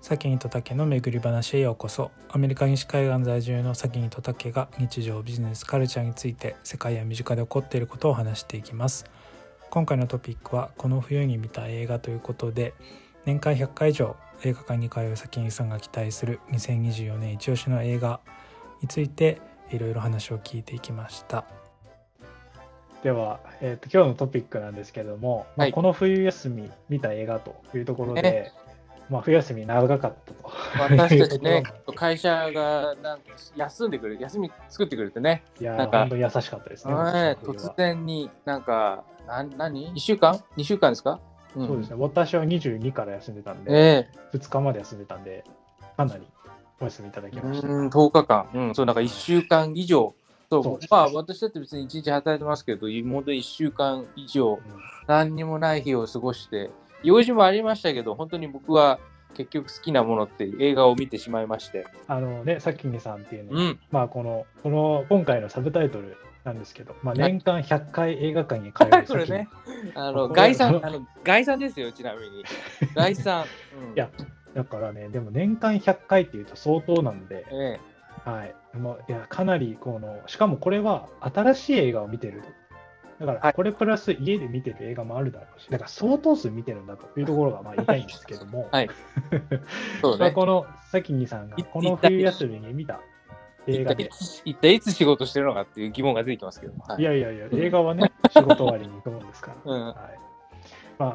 サキニとタケの巡り話へようこそ。アメリカ西海岸在住のサキニとタケが日常、ビジネス、カルチャーについて世界や身近で起こっていることを話していきます。今回のトピックはこの冬に見た映画ということで、年間100回以上映画館に通うサキニさんが期待する2024年一押しの映画についていろいろ話を聞いていきました。では、今日のトピックなんですけれども、この冬休み見た映画というところで、冬休み長かったと。 私たちね、会社がなんか休み作ってくれてね。 いや、本当に優しかったですね。 突然になんか、1週間 ?2 週間ですか？ そうですね。私は22から休んでたんで、2日まで休んでたんで、かなりお休みいただきました。 10日間。そう、なんか1週間以上。私だって別に1日働いてますけど、本当に1週間以上、何にもない日を過ごして、用事もありましたけど、本当に僕は結局好きなものって映画を見てしまいまして。 さきにさんっていうのは、この今回のサブタイトルなんですけど、年間100回映画館に通うこれね、概算ですよ、ちなみに。概算。 いや、だからね、でも年間100回っていうと相当なので、いやかなりしかもこれは新しい映画を見てる。だからこれプラス家で見てる映画もあるだろうし、だから相当数見てるんだというところが言いたいんですけども、このさきにさんがこの冬休みに見た映画で一体いつ仕事してるのかっていう疑問が出てきますけど、 いや映画はね仕事終わりに行くもんですから、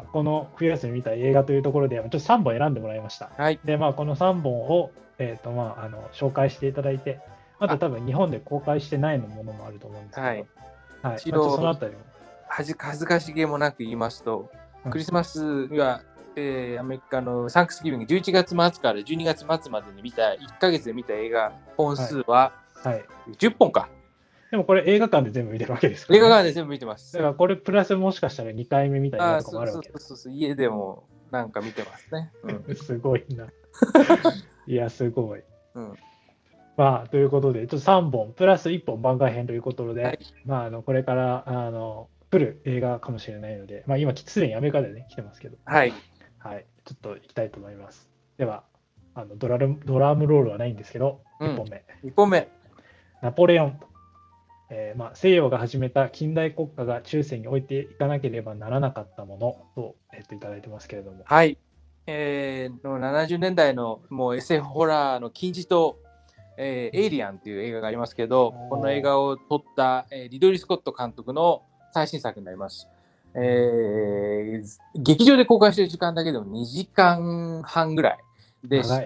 この冬休み見た映画というところでちょっと3本選んでもらいました。でこの3本を紹介していただいて、あと多分日本で公開してないものもあると思うんですけど、そのあたりも恥ずかしげもなく言いますと、クリスマスには、アメリカのサンクスギビング11月末から12月末までに見た1ヶ月で見た映画本数は10本か。 でもこれ映画館で全部見てるわけですから、 映画館で全部見てます。 だからこれプラスもしかしたら2回目見た映画とかもあるわけです。 そう家でもなんか見てますね。 すごいな。いやすごい。ということでちょっと3本プラス1本番外編ということで、これから来る映画かもしれないので、今すでにアメリカでね来てますけど、ちょっと行きたいと思います。ではドラムロールはないんですけど、1本目ナポレオンと、西洋が始めた近代国家が中世に置いていかなければならなかったものと、いただいてますけれども、 70年代のもう SF ホラーの金字塔、エイリアンという映画がありますけど、この映画を撮った、リドリー・スコット監督の最新作になります。劇場で公開している時間だけでも2時間半ぐらいでして、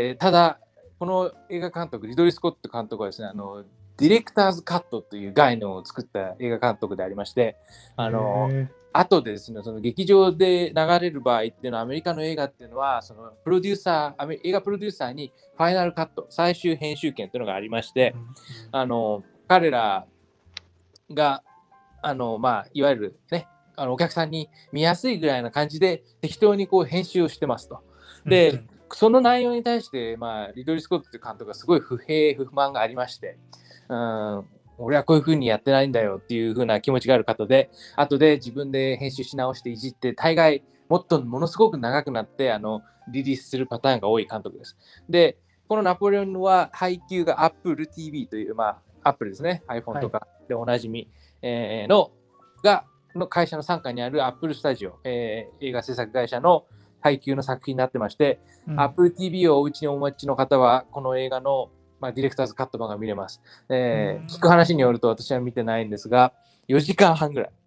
ただこの映画監督リドリー・スコット監督はですね、ディレクターズカットという概念を作った映画監督でありまして、後でですね、その劇場で流れる場合っていうのは、アメリカの映画っていうのはその映画プロデューサーにファイナルカット、最終編集権というのがありまして、彼らがいわゆるね、お客さんに見やすいぐらいな感じで適当に編集をしてますと。で、その内容に対して、リドリー・スコットという監督がすごい不満がありまして、俺はこういう風にやってないんだよっていう風な気持ちがある方で、後で自分で編集し直していじって、大概ものすごく長くなってリリースするパターンが多い監督です。で、このナポレオンは配給が Apple TV という、Apple ですね、iPhone とかでおなじみ、の会社の傘下にある Apple Studio、映画制作会社の配給の作品になってまして、Apple TV をお家にお持ちの方はこの映画のディレクターズカット版が見れます。聞く話によると、私は見てないんですが、4時間半ぐらい。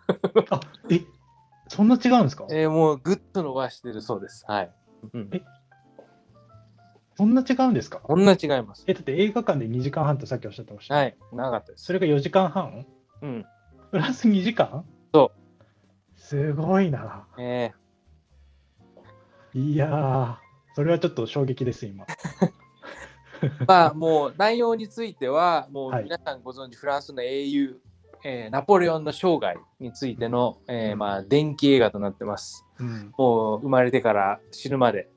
そんな違うんですか？ もうぐっと伸ばしてるそうです。 そんな違うんですか？ そんな違います。 だって映画館で2時間半とさっきおっしゃってました。 長かったです。 それが4時間半？プラス2時間？ そう。 すごいな。いやー、それはちょっと衝撃です、今。 もう内容については、もう皆さんご存知、フランスの英雄、ナポレオンの生涯についての、伝記映画となってます。もう生まれてから死ぬまで。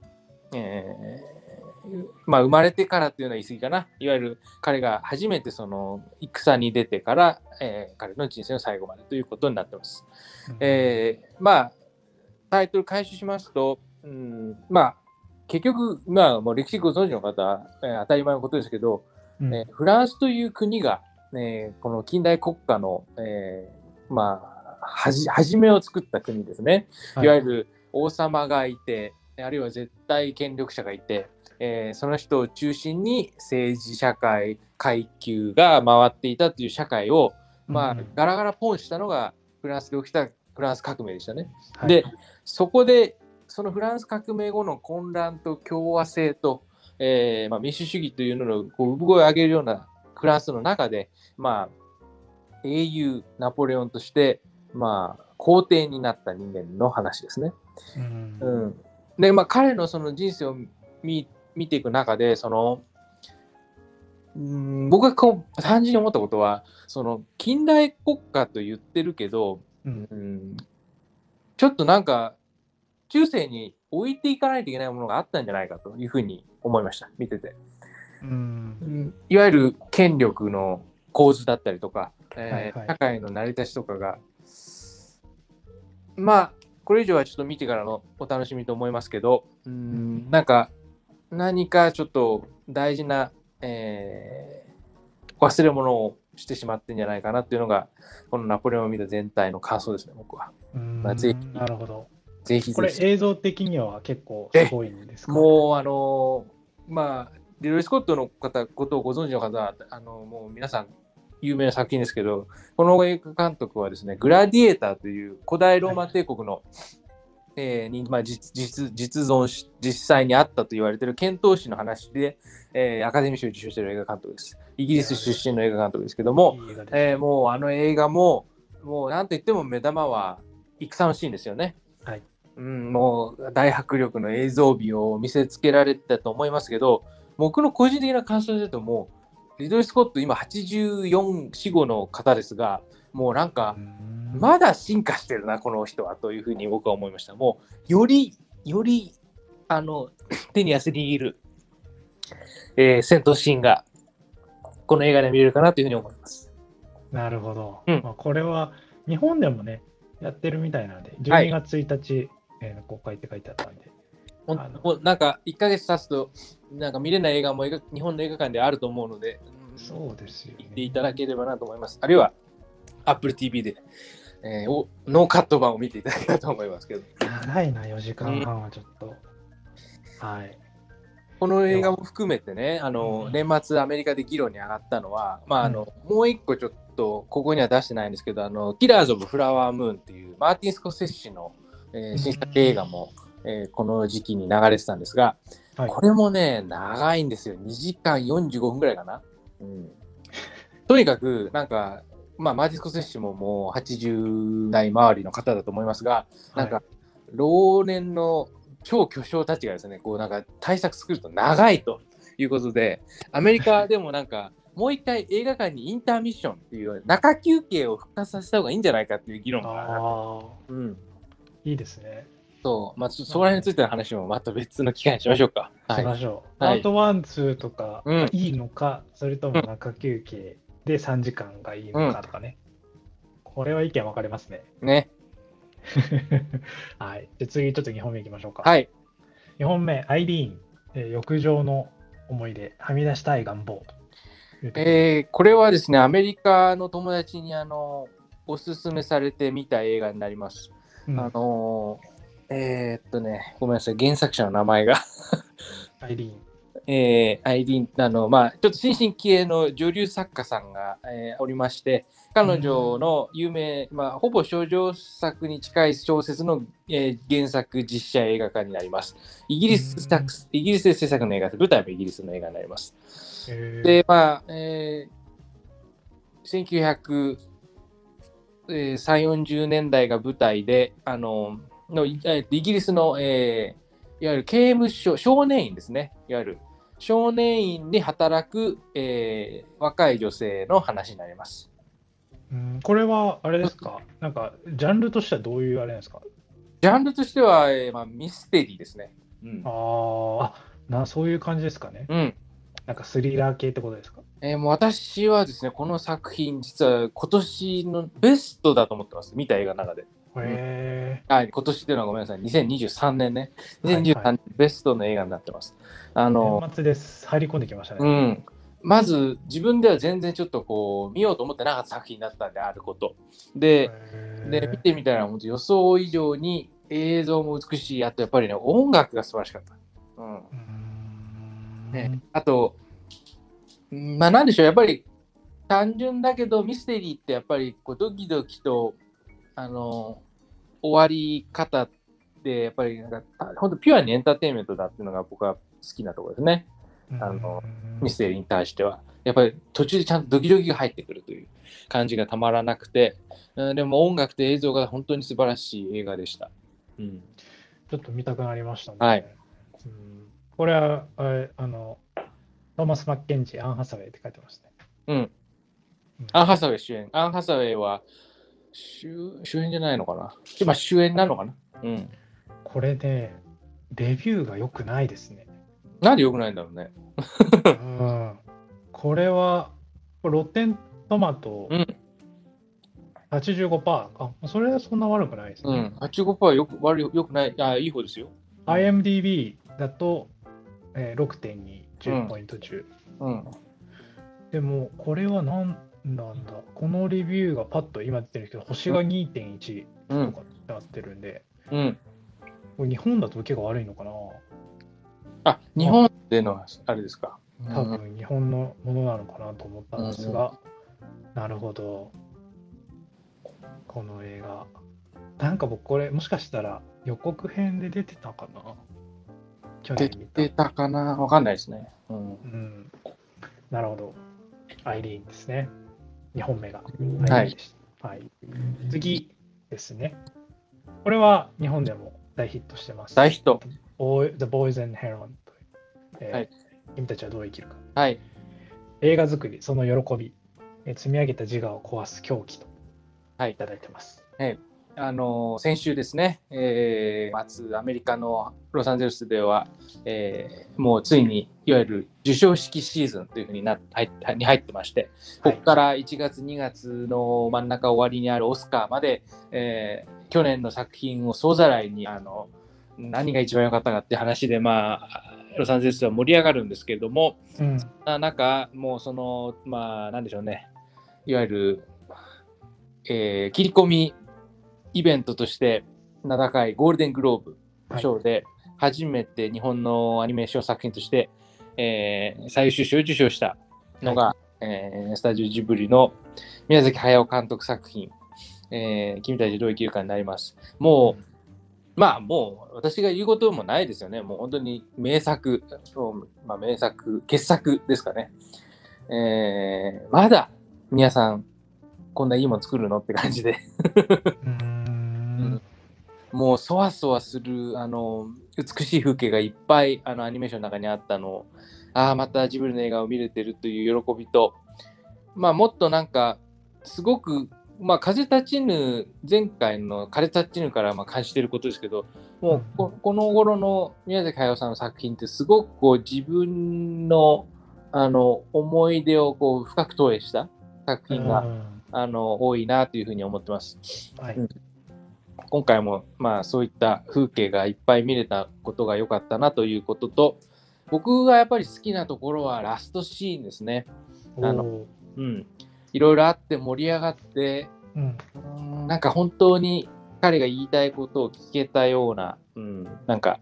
生まれてからっていうのは言い過ぎかな。いわゆる彼が初めてその戦に出てから、彼の人生の最後までということになってます。タイトル回収しますと、 結局、まあ、もう歴史ご存知の方は、当たり前のことですけど、フランスという国が、この近代国家の、まあ、始めを作った国ですね。いわゆる王様がいて、あるいは絶対権力者がいて、その人を中心に政治社会階級が回っていたという社会を、まあ、ガラガラポンしたのがフランスで起きたフランス革命でしたね。でそこでそのフランス革命後の混乱と共和制と、まあ、民主主義というののこう産声を上げるようなフランスの中で、まあ、英雄ナポレオンとして、まあ、皇帝になった人間の話ですね。で、まあ、彼のその人生を見ていく中で僕がこう単純に思ったことは、その近代国家と言ってるけど、ちょっとなんか中世に置いていかないといけないものがあったんじゃないかというふうに思いました、見てて。いわゆる権力の構図だったりとか、社会の成り立ちとかが、まあこれ以上はちょっと見てからのお楽しみと思いますけど、なんか何かちょっと大事な、忘れ物をしてしまってんじゃないかなっていうのがこのナポレオンを見た全体の感想ですね、僕は。ぜひなるほど。 ぜひこれ映像的には結構すごいんですか？ もうまあリドリー・スコットのことをご存知の方はもう皆さん有名な作品ですけど、この映画監督はですね、グラディエーターという古代ローマ帝国の、にまあ、実存し実際にあったと言われている遣唐使の話で、アカデミー賞を受賞している映画監督です。イギリス出身の映画監督ですけども、もうあの映画も何といっても目玉は戦のシーンですよね。もう大迫力の映像美を見せつけられたと思いますけど、僕の個人的な感想で言うと、もうリドリー・スコット今84、5の方ですが、もうなんかまだ進化してるなこの人はというふうに僕は思いました。もうより手に汗握る、戦闘シーンがこの映画で見れるかなというふうに思います。 なるほど。まあ、これは日本でもねやってるみたいなので、12月1日、公開って書いてあったんで、 もうなんか1ヶ月経つとなんか見れない映画も日本の映画館であると思うので、 そうですよね、 行っていただければなと思います。あるいは Apple TV で、ノーカット版を見ていただけたらと思いますけど。 長いな、4時間半はちょっと。 この映画も含めてね、年末アメリカで議論に上がったのは、まあもう一個ちょっとここには出してないんですけど、キラーズ・オブ・フラワームーンっていうマーティン・スコセッシの、新作映画も、この時期に流れてたんですが、これもね長いんですよ。2時間45分ぐらいかな。とにかくなんか、まあ、マーティン・スコセッシももう80代周りの方だと思いますが、なんか老年の超巨匠たちがですね、こうなんか対策作ると長いということで、アメリカでもなんかもう一回映画館にインターミッションっていう中休憩を復活させた方がいいんじゃないかっていう議論がいいですね。 そう、まあ、そこら辺についての話もまた別の機会にしましょうか。 しましょう。パート1、2とかいいのか、それとも中休憩で3時間がいいのかとかね。これは意見分かれますね。はい。で次、ちょっと2本目いきましょうか。2本目、アイリーン、浴場の思い出、はみ出したい願望。 これはですね、アメリカの友達におすすめされて見た映画になります。ごめんなさい、原作者の名前がアイリーン。 アイリーン、まあ、ちょっと新進気鋭の女流作家さんが、おりまして、彼女の有名、まあ、ほぼ少女作に近い小説の、原作実写映画化になります。イギリスで制作の映画で、舞台もイギリスの映画になります。で、まあ、1930、40年代が舞台で、イギリスの、いわゆる刑務所、少年院ですね。いわゆる少年院で働く、若い女性の話になります。 これはあれですか、なんかジャンルとしてはどういうあれなんですか？ ジャンルとしては、まあ、ミステリーですね。 そういう感じですかね。なんかスリラー系ってことですか？ もう私はですね、この作品、実は今年のベストだと思ってます。見た映画の中で。 へはい、今年っていうのはごめんなさい、2023年ね。2023年ベストの映画になってます。 年末です。入り込んできましたね。まず自分では全然ちょっとこう見ようと思ってなかった作品だったんで、あること。で見てみたら本当予想以上に映像も美しい。あとやっぱりね、音楽が素晴らしかった。あと、なんでしょう、やっぱり単純だけどミステリーってやっぱりこうドキドキと終わり方でやっぱり本当ピュアにエンターテインメントだっていうのが僕は好きなところですね。ミステリーに対してはやっぱり途中でちゃんとドキドキが入ってくるという感じがたまらなくて、でも音楽と映像が本当に素晴らしい映画でした。 ちょっと見たくなりましたね。 はい。 これはトーマス・マッケンジー、アン・ハサウェイって書いてますね。 アン・ハサウェイ主演。アン・ハサウェイは主演じゃないのかな。今主演なのかな。 これね、レビューが良くないですね。 なんで良くないんだろうね。 これはロッテントマト、85%。それはそんな悪くないですね。 85% はよくない。いい方ですよ。 IMDB だと、6.2、10ポイント中。でも、これは何なんだ。このレビューがパッと今出てるけど、星が 2.1 とかってなってるんで、これ日本だと受けが悪いのかな。 日本でのあれですか。 多分日本のものなのかなと思ったんですが、なるほど。この映画。なんか僕これもしかしたら予告編で出てたかな。去年見た。 出てたかな、わかんないですね。 なるほど。アイリーンですね。2本目が。 はい。 次ですね。これは日本でも大ヒットしてます。 大ヒット。 The Boys and Heron という、君たちはどう生きるか。 はい。 映画作り、その喜び、積み上げた自我を壊す狂気といただいてます。 先週ですね、末アメリカのロサンゼルスでは、もうついにいわゆる授賞式シーズンというふうに入ってまして、ここから1月2月の真ん中終わりにあるオスカーまで、去年の作品を総ざらいに何が一番良かったかって話で、ロサンゼルスは盛り上がるんですけれども、そんな中、もうなんでしょうね、いわゆる、切り込みイベントとして名高いゴールデングローブ賞で初めて日本のアニメーション作品として、最優秀賞を受賞したのが、スタジオジブリの宮崎駿監督作品、君たちどう生きるかになります。もう私が言うこともないですよね。もう本当に名作、傑作ですかね。まだ皆さんこんないいもの作るのって感じでもうそわそわする美しい風景がいっぱいアニメーションの中にあったのをまたジブリの映画を見れてるという喜びと、もっとなんかすごく風立ちぬ、前回の風立ちぬから感じていることですけど、もうこの頃の宮崎駿さんの作品ってすごくこう自分の思い出をこう深く投影した作品が多いなというふうに思ってます。今回もそういった風景がいっぱい見れたことが良かったなということと、僕がやっぱり好きなところはラストシーンですね。いろいろあって盛り上がって、なんか本当に彼が言いたいことを聞けたような、なんか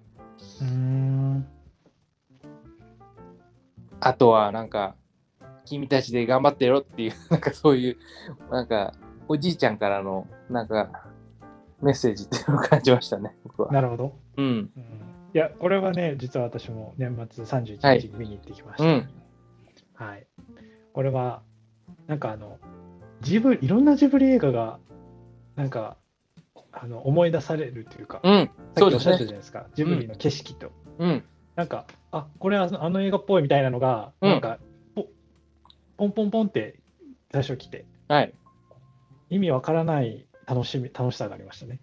あとはなんか君たちで頑張ってよっていうなんかそういうなんかおじいちゃんからのなんかメッセージっていうのを感じましたね、僕は。 なるほど。いや、これはね、実は私も年末31日に見に行ってきました。これはなんかいろんなジブリ映画がなんか思い出されるというか、さっきおっしゃったじゃないですか、ジブリの景色と。なんかこれは映画っぽいみたいなのが、なんかポンポンポンって最初来て、意味わからない楽しさがありましたね。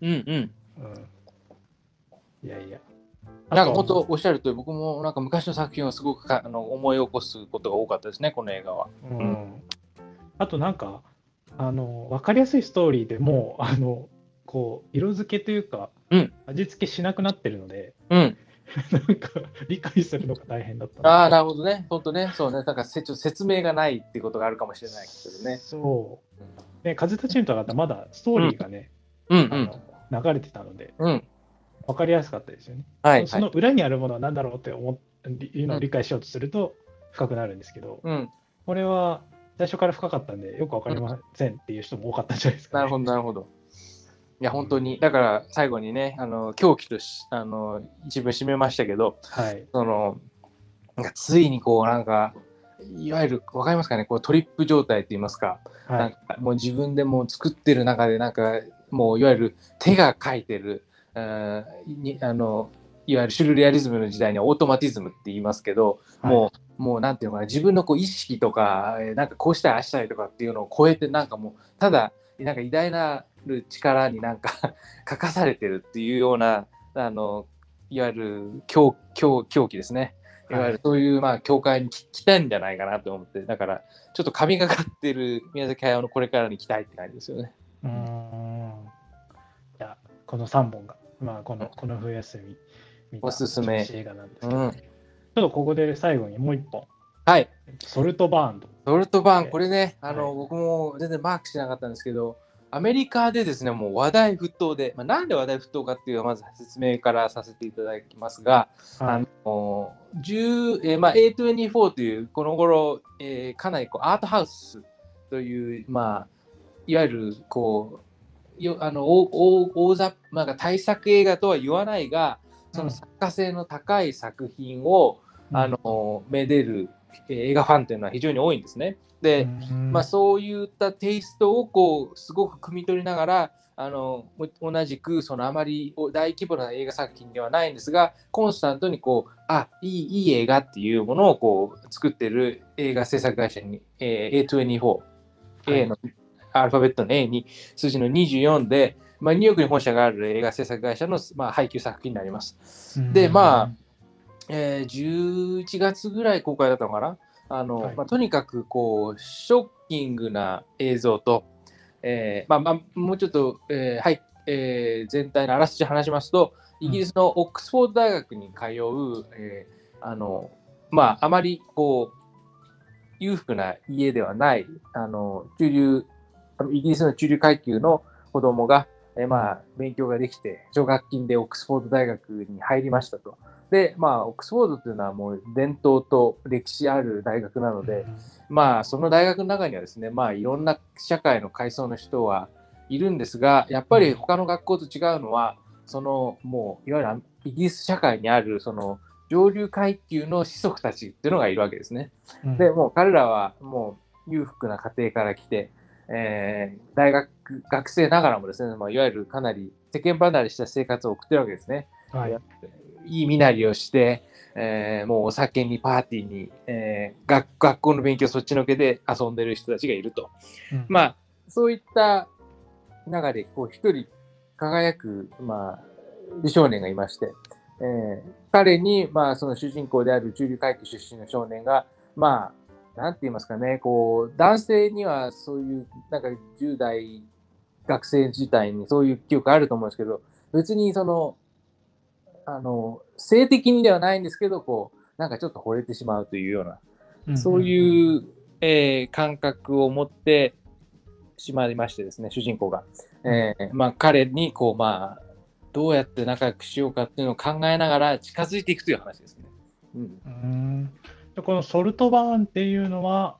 いやいや。 なんか本当おっしゃるとおり、僕もなんか昔の作品をすごく思い起こすことが多かったですね、この映画は。 あとなんか分かりやすいストーリーでもうこう色付けというか、 うん、 味付けしなくなってるので、 うん。 なんか理解するのが大変だった。 ああ、なるほどね。本当ね。そうね。なんかちょっと説明がないっていうことがあるかもしれないけどね。 そう。で、風立ちぬとかだったらまだストーリーがね、 うん、 流れてたので、 うん。 分かりやすかったですよね。 はい。 その裏にあるものは何だろうっていうのを理解しようとすると深くなるんですけど、 うん。 これは最初から深かったんで、よく分かりませんっていう人も多かったんじゃないですか、ね。 なるほど、なるほど。いや、本当に、だから最後にね、狂気と一文締めましたけど、 はい。 なんかついにこう、なんか、いわゆる、わかりますかね、こうトリップ状態って言いますか、 はい、 なんかもう自分でもう作ってる中で、なんか、もういわゆる手が書いてる、いわゆるシュルレアリズムの時代にはオートマティズムって言いますけど、 はい、 もうなんていうのかな、自分のこう意識とか、なんかこうしたい、ああしたいとかっていうのを超えて、なんかもう、ただ、なんか偉大なる力になんか書かされてるっていうような、いわゆる狂気ですね。いわゆるそういう、まあ、教会に来たいんじゃないかなと思って、だから、ちょっと神がかってる宮崎駿のこれからに期待って感じですよね。 いや、この3本が、まあ、この冬休み見たおすすめ映画なんですけど、ちょっとここで最後にもう1本。 はい。 ソルトバーンと。 ソルトバーン、これね、僕も全然マークしてなかったんですけど、アメリカでですね、もう話題沸騰で、なんで話題沸騰かっていうのはまず説明からさせていただきますが、A24 というこの頃、かなりこうアートハウスという、いわゆるこうなんか大作映画とは言わないが、その作家性の高い作品を、めでる映画ファンというのは非常に多いんですね。で、そういったテイストをこうすごく汲み取りながら、同じくあまり大規模な映画作品ではないんですが、コンスタントにこういい映画っていうものをこう作っている映画制作会社に、A24、A のアルファベットの A に数字の24で、ニューヨークに本社がある映画制作会社の、配給作品になります。で、11月ぐらい公開だったのかな。とにかくこうショッキングな映像と、もうちょっと、全体のあらすじ話しますと、イギリスのオックスフォード大学に通う、あまりこう裕福な家ではないイギリスの中流階級の子供が、勉強ができて奨学金でオックスフォード大学に入りましたと。で、オックスフォードというのはもう伝統と歴史ある大学なので、その大学の中にはですね、いろんな社会の階層の人はいるんですが、やっぱり他の学校と違うのは、もういわゆるイギリス社会にある上流階級の子息たちっていうのがいるわけですね。で、もう彼らはもう裕福な家庭から来て、学生ながらもですね、いわゆるかなり世間離れした生活を送ってるわけですね。いい身なりをして、もうお酒にパーティーに、学校の勉強そっちのけで遊んでる人たちがいると。そういった中でこう一人輝く、美少年がいまして、彼に、その主人公である中流階級出身の少年が、なんて言いますかね、こう男性にはそういうなんか10代学生時代にそういう記憶あると思うんですけど、別に性的にではないんですけど、こうなんかちょっと惚れてしまうというような、そういう、感覚を持ってしまいましてですね、主人公が、彼にこうどうやって仲良くしようかっていうのを考えながら近づいていくという話ですね。 このソルトバーンっていうのは、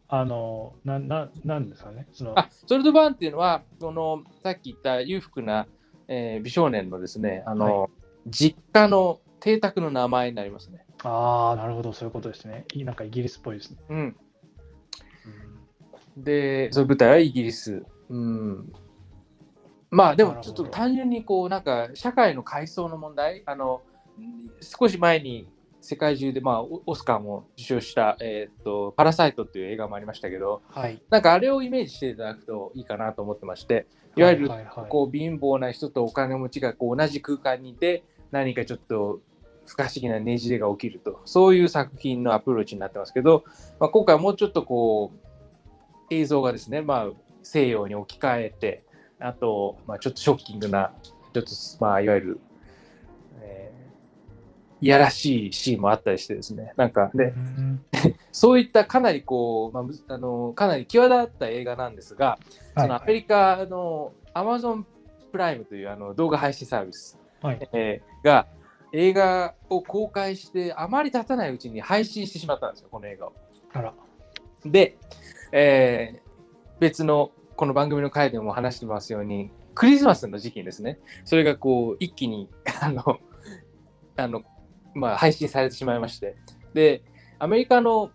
なんですかね。 ソルトバーンっていうのは、さっき言った裕福な、美少年のですね、実家の邸宅の名前になりますね。 ああ、なるほど、そういうことですね。なんかイギリスっぽいですね。 で、その舞台はイギリス。でもちょっと単純にこうなんか社会の階層の問題、少し前に世界中でオスカーも受賞した、パラサイトっていう映画もありましたけど、なんかあれをイメージしていただくといいかなと思ってまして、いわゆるこう貧乏な人とお金持ちがこう同じ空間にいて何かちょっと不可思議なねじれが起きると、そういう作品のアプローチになってますけど、今回はもうちょっとこう映像がですね、西洋に置き換えて、 あと、ちょっとショッキングな、ちょっといわゆる、いやらしいシーンもあったりしてですね、なんかで、そういったかなりこう、かなり際立った映画なんですが、そのアメリカの Amazon プライムという動画配信サービス、が映画を公開してあまり経たないうちに配信してしまったんですよ、この映画を。で、別のこの番組の回でも話してますように、クリスマスの時期にですね、それがこう一気に配信されてしまいまして、でアメリカの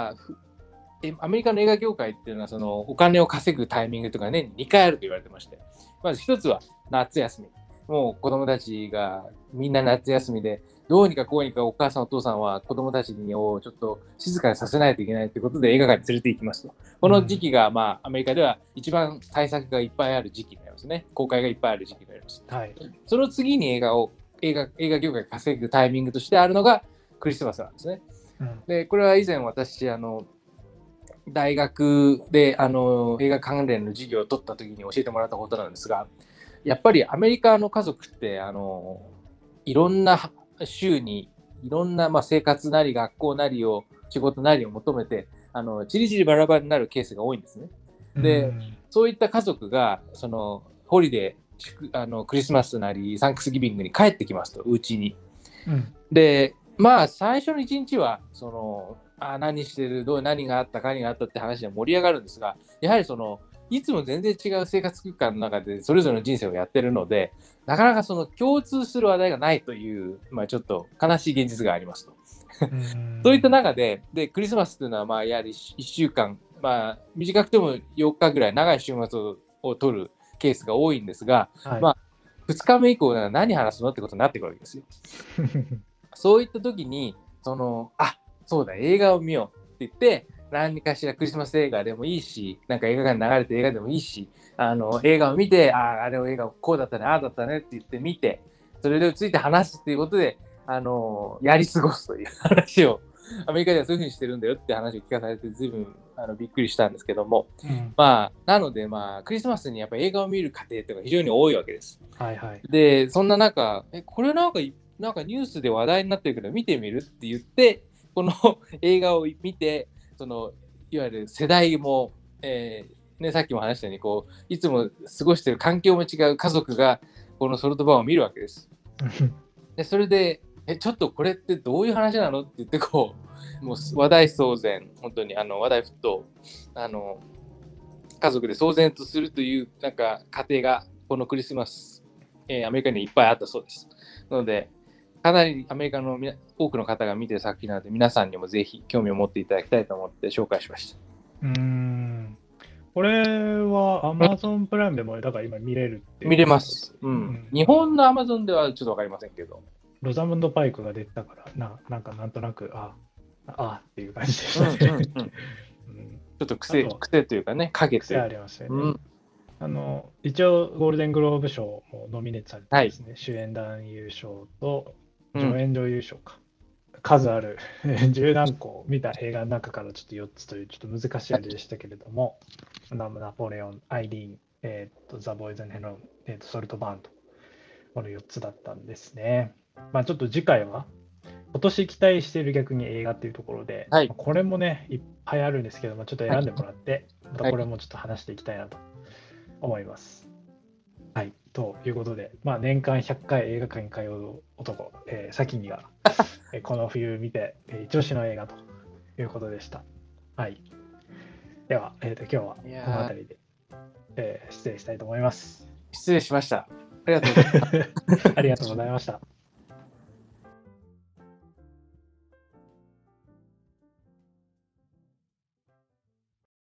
映画業界っていうのはそのお金を稼ぐタイミングとか年に2回あると言われてまして、まず一つは夏休み、もう子供たちがみんな夏休みでどうにかこうにかお母さんお父さんは子供たちをちょっと静かにさせないといけないということで映画館に連れて行きますと。この時期がアメリカでは一番対策がいっぱいある時期になりますね。公開がいっぱいある時期になります。その次に映画業界が稼ぐタイミングとしてあるのがクリスマスなんですね。でこれは以前私大学で映画関連の授業を取った時に教えてもらったことなんですが、やっぱりアメリカの家族っていろんな州にいろんな生活なり学校なりを仕事なりを求めてちりちりバラバラになるケースが多いんですね。でそういった家族がそのホリデークリスマスなりサンクスギビングに帰ってきますと、うちに。で最初の1日は何してる何があったって話で盛り上がるんですが、やはりいつも全然違う生活空間の中でそれぞれの人生をやってるので、なかなか共通する話題がないという、ちょっと悲しい現実がありますと。そういった中でクリスマスというのはやはり1週間、短くても4日ぐらい長い週末を取るケースが多いんですが、2日目以降なら何話すのってことになってくるわけですよ。そういった時にそうだ映画を見ようって言って何かしらクリスマス映画でもいいし、なんか映画館に流れて映画でもいいし、映画を見てあれを映画こうだったねああだったねって言って見て、それについて話すっていうことでやり過ごすという話をアメリカではそういうふうにしてるんだよって話を聞かされて随分びっくりしたんですけども、なのでクリスマスにやっぱり映画を見る家庭っていうのが非常に多いわけです。でそんな中これなんかニュースで話題になってるけど見てみるって言ってこの映画を見ていわゆる世代も、さっきも話したようにいつも過ごしている環境も違う家族がこのソルトバーを見るわけです。でそれでちょっとこれってどういう話なのって言ってもう話題騒然、本当に話題沸騰、家族で騒然とするというなんか家庭がこのクリスマス、アメリカにいっぱいあったそうです。なのでかなりアメリカの多くの方が見ている作品なので、皆さんにもぜひ興味を持っていただきたいと思って紹介しました。 これは Amazon プライムでもだから今見れるって見れます。日本の Amazon ではちょっと分かりませんけど。 ロザムンド・パイクが出てたからなんとなくっていう感じでしたね。ちょっと癖というかね、影というか。 癖ありますよね。一応ゴールデングローブ賞もノミネートされてですね、主演男優賞と助演女優賞か、数ある10何個見た映画の中からちょっと4つというちょっと難しいあれでしたけれども、ナポレオン、アイリーン、ザ・ボーイズ・ヘロン、ソルト・バーンとこの4つだったんですね。ちょっと次回は今年期待している逆に映画っていうところで、これもねいっぱいあるんですけども、ちょっと選んでもらって、またこれもちょっと話していきたいなと思います。ということで、年間100回映画館に通う男、先にはこの冬見て一押しの映画ということでした。では、今日はこの辺りで、失礼したいと思います。 失礼しました。ありがとうございました。 ありがとうございました。